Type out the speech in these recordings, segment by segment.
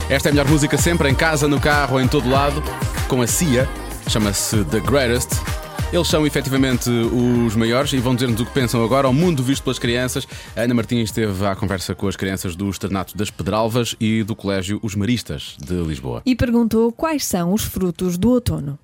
Esta é a melhor música sempre, em casa, no carro, em todo lado, com a CIA, chama-se The Greatest. Eles são efetivamente os maiores e vão dizer-nos o que pensam agora ao mundo visto pelas crianças. A Ana Martins esteve à conversa com as crianças do Externato das Pedralvas e do Colégio Os Maristas de Lisboa. E perguntou quais são os frutos do outono.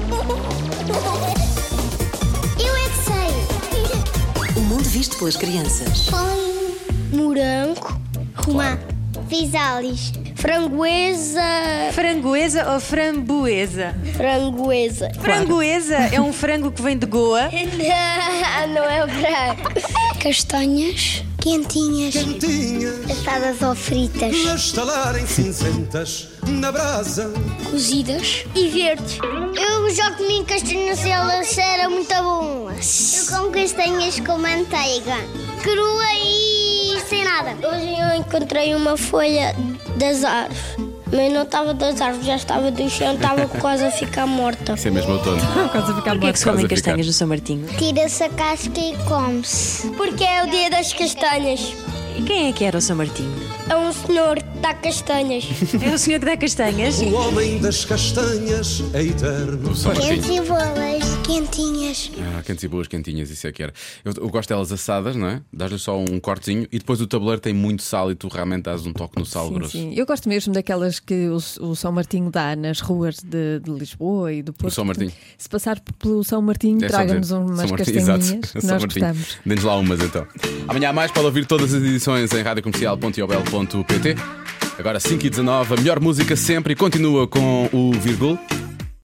Eu é que sei. O mundo visto pelas crianças. Morango, romã, fisális, framboesa. Frangoesa ou framboesa? Framboesa. Framboesa é um frango que vem de Goa. Não é branco. Castanhas, quentinhas, assadas ou fritas, a estalarem cinzentas na brasa, cozidas e verdes. Eu já comi castanhas e elas eram muito boas. Eu como castanhas com manteiga, crua e sem nada. Hoje eu encontrei uma folha das árvores, mas não estava das árvores, já estava do chão, estava quase a ficar morta. Isso é mesmo outono. Quase a ficar Porquê é que se comem Quase a ficar. castanhas no São Martinho? Tira-se a casca e come-se. Porque é o dia das castanhas. E quem é que era o São Martinho? É um senhor que dá castanhas. É o senhor que dá castanhas? o homem das castanhas é eterno. O São Martinho. Quentes e boas, quentinhas. Quentes e boas, quentinhas, isso é que era. Eu gosto delas assadas, não é? Dás-lhe só um cortezinho e depois o tabuleiro tem muito sal e tu realmente dás um toque no sal Sim, grosso. sim. Eu gosto mesmo daquelas que o São Martinho dá nas ruas de Lisboa e do Porto. São Martinho. Se passar pelo São Martinho, É só traga-nos dizer. umas São Martinho, castanhinhas exato. que São nós Martinho. gostamos. Dê-nos lá umas então. Amanhã há mais, pode ouvir todas as edições em radiocomercial.iobel.pt. Agora 5h19, a melhor música sempre e continua com o Virgul.